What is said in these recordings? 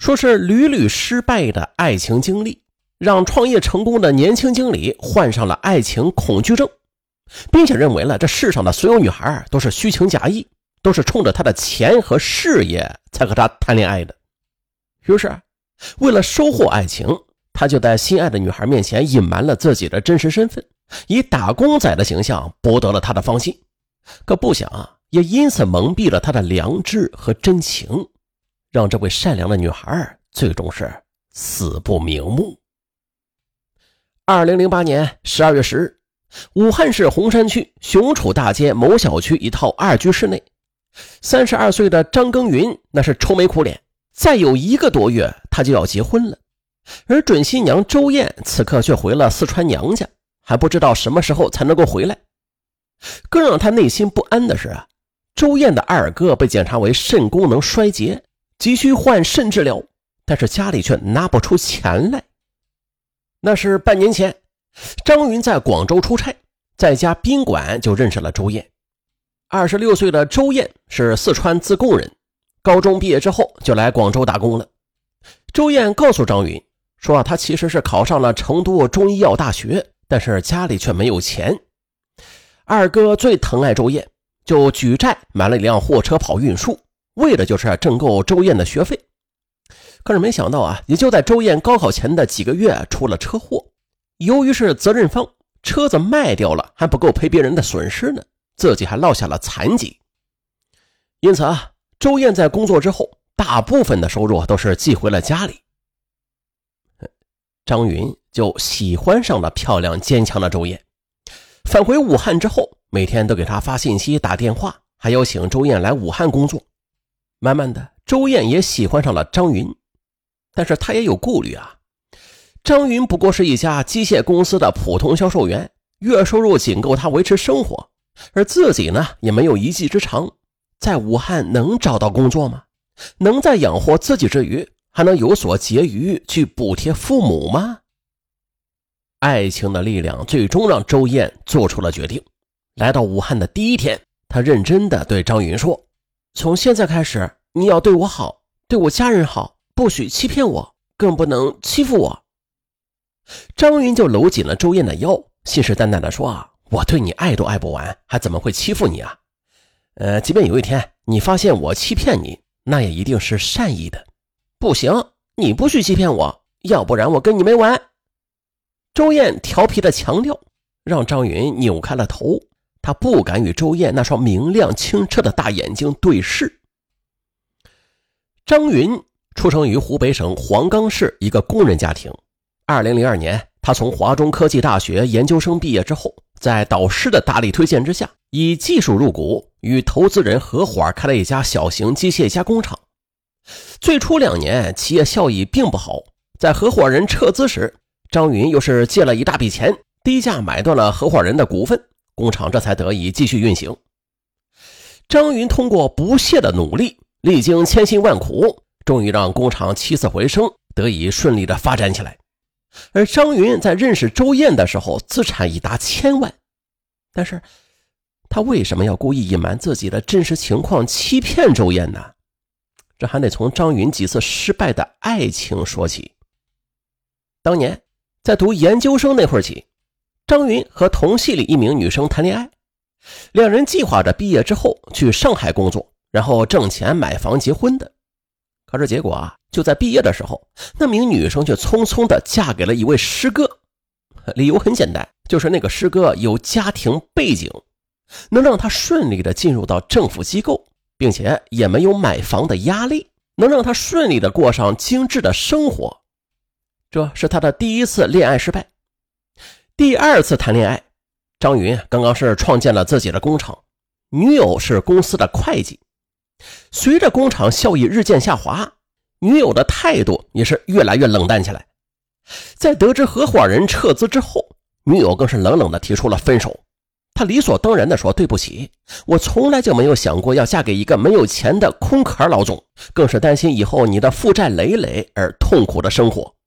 说是屡屡失败的爱情经历让创业成功的年轻经理患上了爱情恐惧症，并且认为了这世上的所有女孩都是虚情假意，都是冲着他的钱和事业才和他谈恋爱的。于是为了收获爱情，他就在心爱的女孩面前隐瞒了自己的真实身份，以打工仔的形象博得了她的芳心。可不想也因此蒙蔽了他的良知和真情，让这位善良的女孩最终是死不瞑目。2008年12月10日，武汉市洪山区雄楚大街某小区一套2居室内，32岁的张耕耘那是愁眉苦脸，再有1个多月他就要结婚了。而准新娘周燕此刻却回了四川娘家，还不知道什么时候才能够回来。更让他内心不安的是周燕的二哥被检查为肾功能衰竭，急需换肾治疗，但是家里却拿不出钱来。那是半年前，张云在广州出差，在家宾馆就认识了周燕。26岁的周燕是四川自贡人，高中毕业之后就来广州打工了。周燕告诉张云说她其实是考上了成都中医药大学，但是家里却没有钱。二哥最疼爱周燕，就举债买了一辆货车跑运输，为的就是挣够周燕的学费。可是没想到也就在周燕高考前的几个月出了车祸。由于是责任方，车子卖掉了还不够赔别人的损失呢，自己还落下了残疾。因此周燕在工作之后，大部分的收入都是寄回了家里。张云就喜欢上了漂亮坚强的周燕。返回武汉之后，每天都给她发信息打电话，还邀请周燕来武汉工作。慢慢的，周燕也喜欢上了张云，但是她也有顾虑张云不过是一家机械公司的普通销售员，月收入仅够她维持生活，而自己呢也没有一技之长，在武汉能找到工作吗？能在养活自己之余还能有所结余去补贴父母吗？爱情的力量最终让周燕做出了决定。来到武汉的第一天，她认真地对张云说，从现在开始你要对我好，对我家人好，不许欺骗我，更不能欺负我。张云就搂紧了周燕的腰，信誓旦旦地说我对你爱都爱不完，还怎么会欺负你即便有一天你发现我欺骗你，那也一定是善意的。不行，你不许欺骗我，要不然我跟你没完。周燕调皮的强调，让张云扭开了头，他不敢与周燕那双明亮清澈的大眼睛对视。张云出生于湖北省黄冈市一个工人家庭。2002年，他从华中科技大学研究生毕业之后，在导师的大力推荐之下，以技术入股，与投资人合伙开了一家小型机械加工厂。最初2年企业效益并不好，在合伙人撤资时，张云又是借了一大笔钱，低价买断了合伙人的股份，工厂这才得以继续运行。张云通过不懈的努力，历经千辛万苦，终于让工厂起死回生，得以顺利的发展起来。而张云在认识周燕的时候，资产已达1000万，但是他为什么要故意隐瞒自己的真实情况，欺骗周燕呢？这还得从张云几次失败的爱情说起。当年在读研究生那会儿起，张云和同系里一名女生谈恋爱，两人计划着毕业之后去上海工作，然后挣钱买房结婚的。可是结果就在毕业的时候，那名女生却匆匆地嫁给了一位师哥。理由很简单，就是那个师哥有家庭背景，能让他顺利地进入到政府机构，并且也没有买房的压力，能让他顺利地过上精致的生活。这是他的第一次恋爱失败。第二次谈恋爱，张云刚刚是创建了自己的工厂，女友是公司的会计。随着工厂效益日渐下滑，女友的态度也是越来越冷淡起来。在得知合伙人撤资之后，女友更是冷冷地提出了分手。她理所当然地说，对不起，我从来就没有想过要嫁给一个没有钱的空壳老总，更是担心以后你的负债累累而痛苦的生活。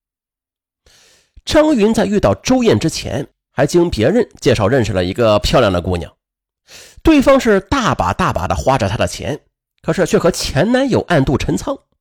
张云在遇到周燕之前，还经别人介绍认识了一个漂亮的姑娘，对方是大把大把的花着她的钱，可是却和前男友暗度陈仓。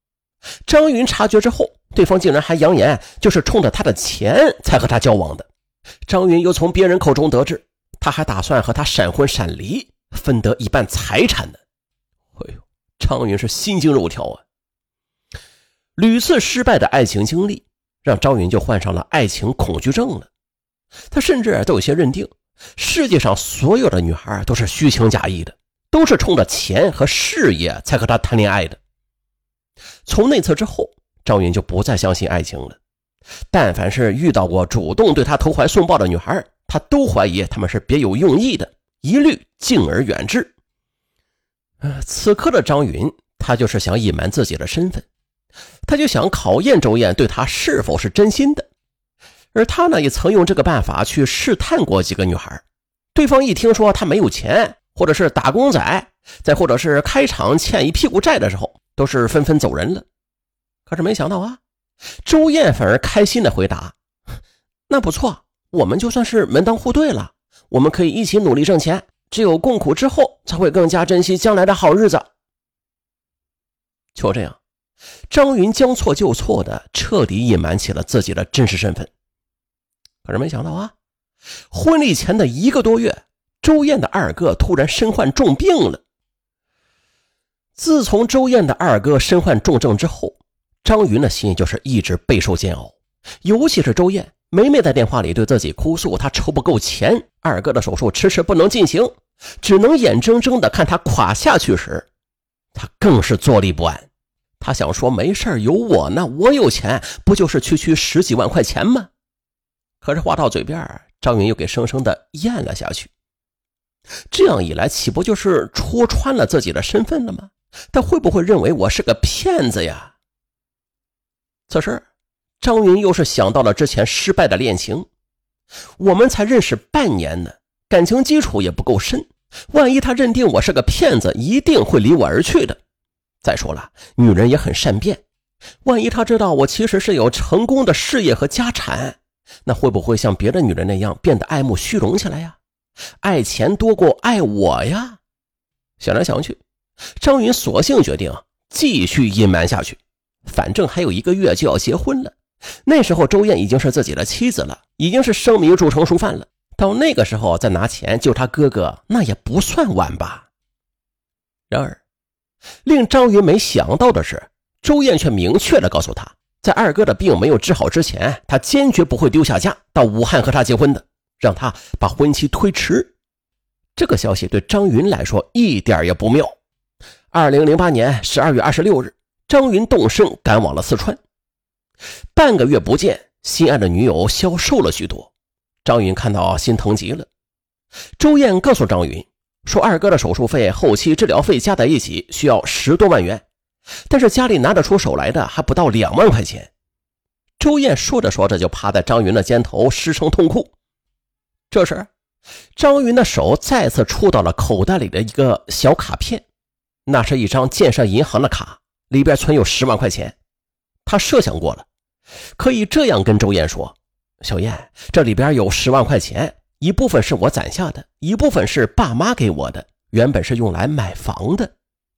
张云察觉之后，对方竟然还扬言就是冲着他的钱才和他交往的。张云又从别人口中得知，他还打算和他闪婚闪离，分得一半财产呢。哎呦，张云是心惊肉跳啊！屡次失败的爱情经历让张云就患上了爱情恐惧症了。他甚至都有些认定，世界上所有的女孩都是虚情假意的，都是冲着钱和事业才和他谈恋爱的。从那次之后，张云就不再相信爱情了。但凡是遇到过主动对他投怀送抱的女孩，他都怀疑她们是别有用意的，一律敬而远之。此刻的张云，他就是想隐瞒自己的身份，他就想考验周燕对他是否是真心的。而他呢，也曾用这个办法去试探过几个女孩，对方一听说他没有钱，或者是打工仔，再或者是开厂欠一屁股债的时候，都是纷纷走人了。可是没想到啊，周燕反而开心的回答，那不错，我们就算是门当户对了，我们可以一起努力挣钱，只有共苦之后才会更加珍惜将来的好日子。就这样，张云将错就错的彻底隐瞒起了自己的真实身份。可是没想到啊，婚礼前的1个多月，周燕的二哥突然身患重病了。自从周燕的二哥身患重症之后，张云的心就是一直备受煎熬。尤其是周燕每每在电话里对自己哭诉，他筹不够钱，二哥的手术迟迟不能进行，只能眼睁睁地看他垮下去时，他更是坐立不安。他想说没事有我呢，我有钱，不就是区10几万块钱吗？可是话到嘴边，张云又给生生的咽了下去。这样一来，岂不就是戳穿了自己的身份了吗？他会不会认为我是个骗子呀？此时张云又是想到了之前失败的恋情，我们才认识半年呢，感情基础也不够深，万一他认定我是个骗子，一定会离我而去的。再说了，女人也很善变，万一他知道我其实是有成功的事业和家产，那会不会像别的女人那样变得爱慕虚荣起来呀？爱钱多过爱我呀？想来想去，张云索性决定继续隐瞒下去，反正还有1个月就要结婚了，那时候周燕已经是自己的妻子了，已经是生米煮成熟饭了，到那个时候再拿钱救他哥哥，那也不算晚吧。然而令张云没想到的是，周燕却明确地告诉他，在二哥的病没有治好之前，他坚决不会丢下家到武汉和他结婚的，让他把婚期推迟。这个消息对张云来说一点也不妙。2008年12月26日，张云动身赶往了四川。半个月不见，心爱的女友消瘦了许多，张云看到心疼极了。周燕告诉张云说，二哥的手术费、后期治疗费加在一起需要10多万元，但是家里拿得出手来的还不到2万块钱。周燕说着说着就趴在张云的肩头失声痛哭。这时张云的手再次触到了口袋里的一个小卡片，那是一张建设银行的卡，里边存有10万块钱。他设想过了，可以这样跟周燕说，小燕，这里边有10万块钱，一部分是我攒下的，一部分是爸妈给我的，原本是用来买房的。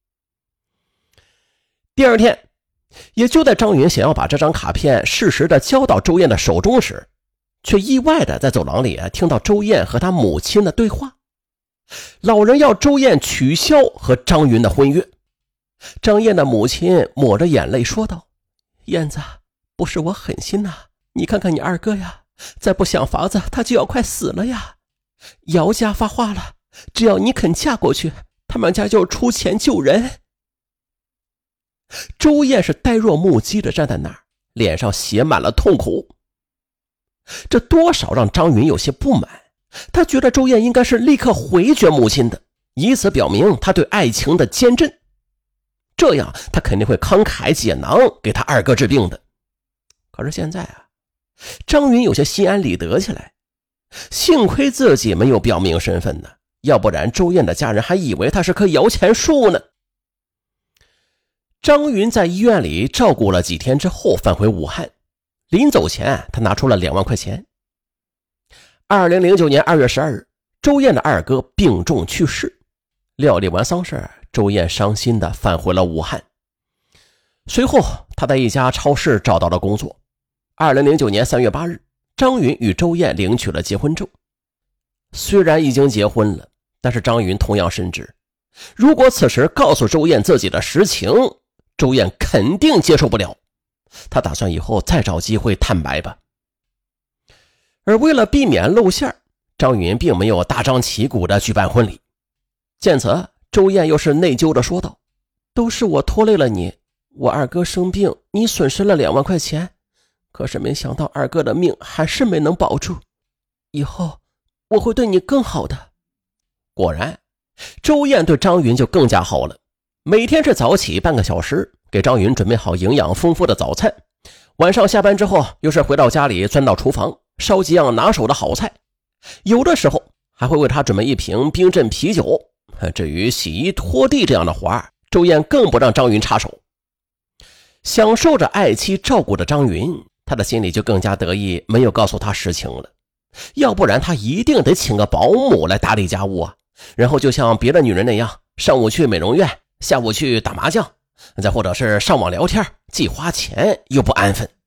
第二天，也就在张云想要把这张卡片适时的交到周燕的手中时，却意外的在走廊里听到周燕和她母亲的对话。老人要周燕取消和张云的婚约。张燕的母亲抹着眼泪说道，燕子，不是我狠心呐，你看看你二哥呀，再不想法子他就要快死了呀。姚家发话了，只要你肯嫁过去，他们家就出钱救人。周燕是呆若木鸡的站在那儿，脸上写满了痛苦。这多少让张云有些不满，他觉得周燕应该是立刻回绝母亲的，以此表明他对爱情的坚贞，这样他肯定会慷慨解囊给他二哥治病的。可是现在啊，张云有些心安理得起来，幸亏自己没有表明身份呢，要不然周燕的家人还以为他是棵摇钱树呢。张云在医院里照顾了几天之后返回武汉，临走前他拿出了2万块钱。2009年2月12日，周燕的二哥病重去世，料理完丧事，周燕伤心地返回了武汉。随后他在一家超市找到了工作。2009年3月8日，张云与周燕领取了结婚证。虽然已经结婚了，但是张云同样深知，如果此时告诉周燕自己的实情，周燕肯定接受不了。他打算以后再找机会坦白吧。而为了避免露馅，张云并没有大张旗鼓地举办婚礼。见此，周燕又是内疚地说道：都是我拖累了你，我二哥生病，你损失了2万块钱，可是没想到二哥的命还是没能保住，以后我会对你更好的。果然，周燕对张云就更加好了，每天是早起半个小时，给张云准备好营养丰富的早餐，晚上下班之后又是回到家里钻到厨房烧几样拿手的好菜，有的时候还会为他准备一瓶冰镇啤酒。至于洗衣拖地这样的活，周燕更不让张云插手。享受着爱妻照顾的张云，他的心里就更加得意，没有告诉他实情了。要不然他一定得请个保姆来打理家务啊，然后就像别的女人那样，上午去美容院，下午去打麻将，再或者是上网聊天，既花钱又不安分。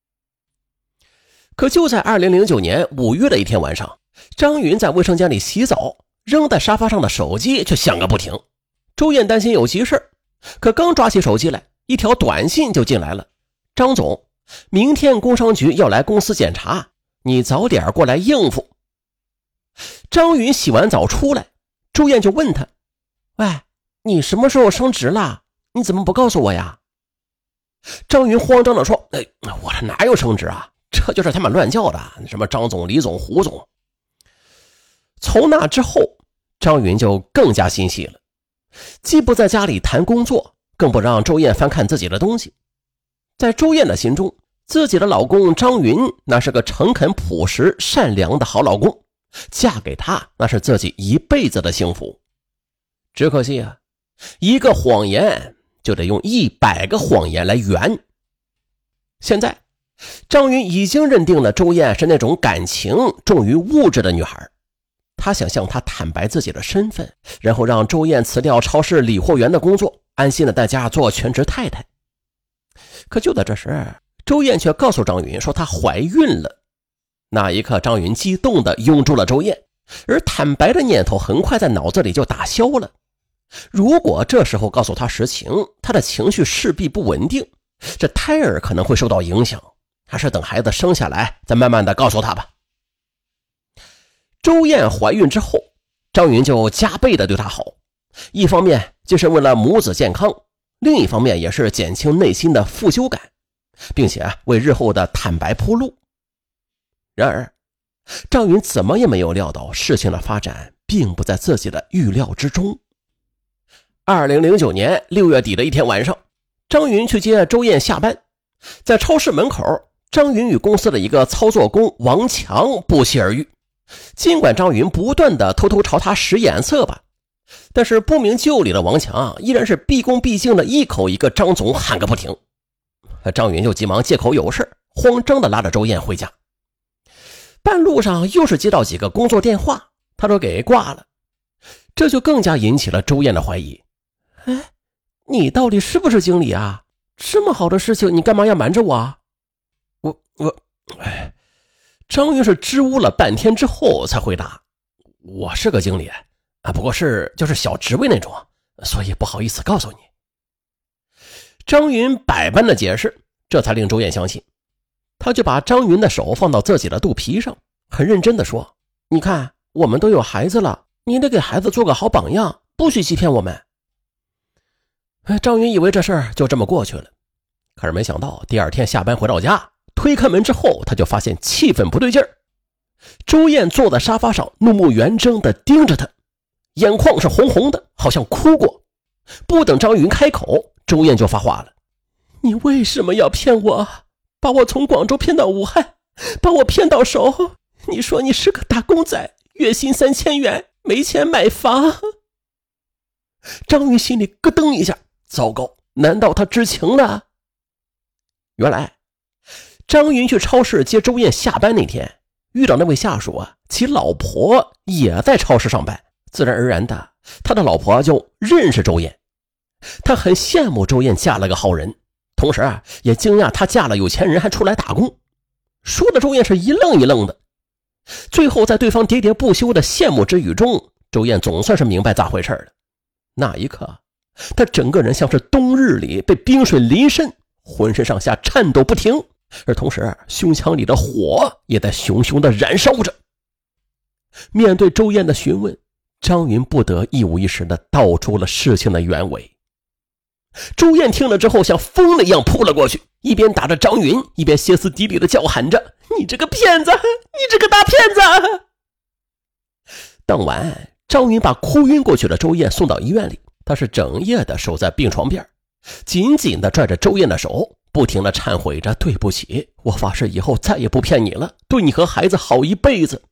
可就在2009年5月的一天晚上，张云在卫生间里洗澡，扔在沙发上的手机却响个不停。周燕担心有急事，可刚抓起手机来，一条短信就进来了：张总，明天工商局要来公司检查，你早点过来应付。张云洗完澡出来，周燕就问他：喂，你什么时候升职了？你怎么不告诉我呀？张云慌张地说：我这哪有升职啊，这就是他们乱叫的，什么张总、李总、胡总。从那之后，张云就更加心细了，既不在家里谈工作，更不让周燕翻看自己的东西。在周燕的心中，自己的老公张云那是个诚恳朴实善良的好老公，嫁给他那是自己一辈子的幸福。只可惜啊，一个谎言就得用100个谎言来圆。现在张云已经认定了周燕是那种感情重于物质的女孩，他想向她坦白自己的身份，然后让周燕辞掉超市理货员的工作，安心的在家做全职太太。可就在这时，周燕却告诉张云说她怀孕了。那一刻，张云激动地拥住了周燕，而坦白的念头很快在脑子里就打消了。如果这时候告诉她实情，她的情绪势必不稳定，这胎儿可能会受到影响，还是等孩子生下来再慢慢的告诉她吧。周燕怀孕之后，张云就加倍的对她好，一方面就是为了母子健康，另一方面也是减轻内心的负疚感，并且为日后的坦白铺路。然而张云怎么也没有料到，事情的发展并不在自己的预料之中。2009年6月底的一天晚上，张云去接周燕下班，在超市门口，张云与公司的一个操作工王强不期而遇。尽管张云不断的偷偷朝他使眼色吧，但是不明就里的王强依然是毕恭毕敬的一口一个张总喊个不停。张云就急忙借口有事，慌张的拉着周燕回家。半路上又是接到几个工作电话，他都给挂了，这就更加引起了周燕的怀疑。你到底是不是经理啊？这么好的事情你干嘛要瞒着我啊？张云是支吾了半天之后才回答：我是个经理啊，不过就是小职位那种，所以不好意思告诉你。张云百般的解释，这才令周燕相信。他就把张云的手放到自己的肚皮上，很认真地说：你看，我们都有孩子了，你得给孩子做个好榜样，不许欺骗我们。张云以为这事儿就这么过去了，可是没想到第二天下班回到家，推开门之后，他就发现气氛不对劲儿。周燕坐在沙发上，怒目圆睁地盯着他，眼眶是红红的，好像哭过。不等张云开口，周燕就发话了：你为什么要骗我？把我从广州骗到武汉，把我骗到手，你说你是个打工仔，月薪3000元，没钱买房。张云心里咯噔一下，糟糕，难道他知情了？原来张云去超市接周燕下班那天，遇到那位下属其老婆也在超市上班，自然而然的，他的老婆就认识周燕。他很羡慕周燕嫁了个好人， 同时也惊讶她嫁了有钱人还出来打工，说的周燕是一愣一愣的。最后在对方喋喋不休的羡慕之语中，周燕总算是明白咋回事了。那一刻，她整个人像是冬日里被冰水淋身，浑身上下颤抖不停，而同时胸腔里的火也在熊熊的燃烧着。面对周燕的询问，张云不得一五一十的道出了事情的原委。周燕听了之后像疯了一样扑了过去，一边打着张云，一边歇斯底里的叫喊着：你这个骗子，你这个大骗子！当晚，张云把哭晕过去的周燕送到医院里，他是整夜的守在病床边，紧紧的拽着周燕的手，不停的忏悔着：对不起，我发誓以后再也不骗你了，对你和孩子好一辈子。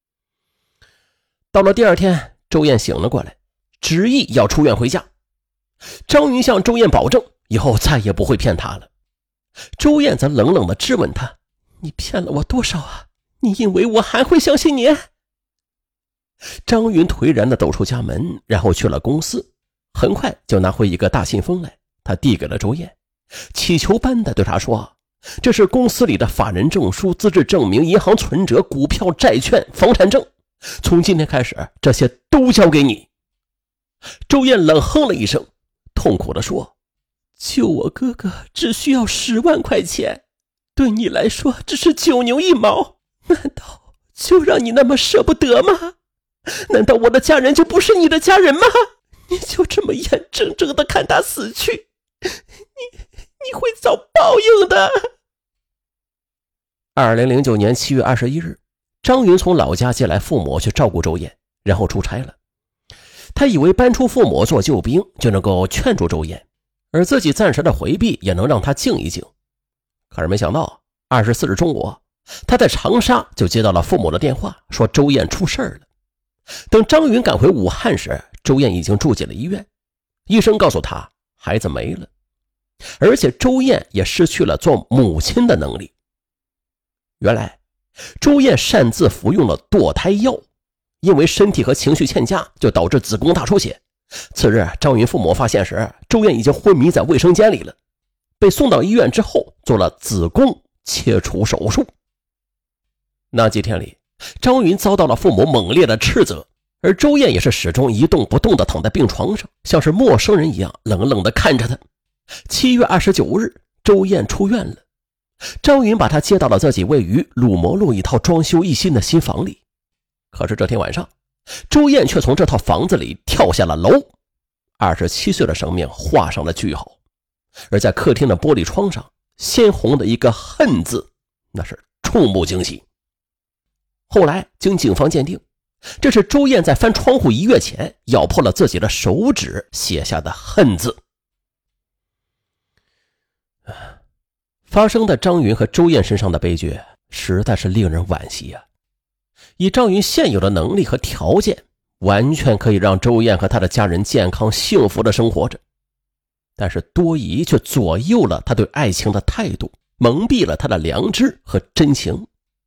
到了第二天，周燕醒了过来，执意要出院回家。张云向周燕保证以后再也不会骗她了。周燕则冷冷地质问他：你骗了我多少啊？你以为我还会相信你？张云颓然地走出家门，然后去了公司，很快就拿回一个大信封来，他递给了周燕，乞求般地对她说：这是公司里的法人证书、资质证明、银行存折、股票、债券、房产证，从今天开始这些都交给你。周燕冷哼了一声，痛苦地说：救我哥哥只需要10万块钱，对你来说只是9牛1毛，难道就让你那么舍不得吗？难道我的家人就不是你的家人吗？你就这么眼睁睁地看他死去，你会遭报应的。2009年7月21日，张云从老家接来父母去照顾周燕，然后出差了。他以为搬出父母做救兵就能够劝住周燕，而自己暂时的回避也能让他静一静。可是没想到24日中午，他在长沙就接到了父母的电话，说周燕出事了。等张云赶回武汉时，周燕已经住进了医院，医生告诉他孩子没了，而且周燕也失去了做母亲的能力。原来周燕擅自服用了堕胎药，因为身体和情绪欠佳，就导致子宫大出血。次日，张云父母发现时，周燕已经昏迷在卫生间里了，被送到医院之后做了子宫切除手术。那几天里，张云遭到了父母猛烈的斥责，而周燕也是始终一动不动地躺在病床上，像是陌生人一样冷冷地看着他。7月29日，周燕出院了，张云把她接到了自己位于鲁摩路一套装修一新的新房里。可是这天晚上，周燕却从这套房子里跳下了楼，27岁的生命画上了句号。而在客厅的玻璃窗上，鲜红的一个恨字，那是触目惊心。后来经警方鉴定，这是周燕在翻窗户一跃前咬破了自己的手指写下的恨字。发生在张云和周燕身上的悲剧实在是令人惋惜啊！以张云现有的能力和条件，完全可以让周燕和他的家人健康幸福的生活着，但是多疑却左右了他对爱情的态度，蒙蔽了他的良知和真情。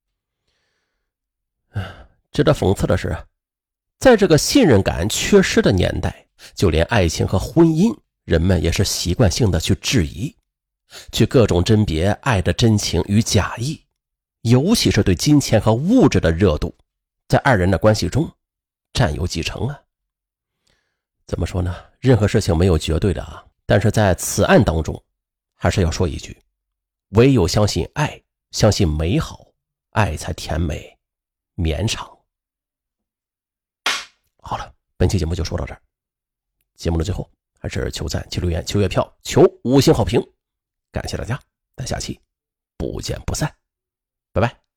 值得讽刺的是，在这个信任感缺失的年代，就连爱情和婚姻，人们也是习惯性的去质疑，去各种甄别爱的真情与假意，尤其是对金钱和物质的热度，在二人的关系中占有几成啊？怎么说呢？任何事情没有绝对的啊，但是在此案当中，还是要说一句：唯有相信爱，相信美好，爱才甜美绵长。好了，本期节目就说到这儿。节目的最后，还是求赞、求留言、求月票、求5星好评，感谢大家，咱下期不见不散，拜拜。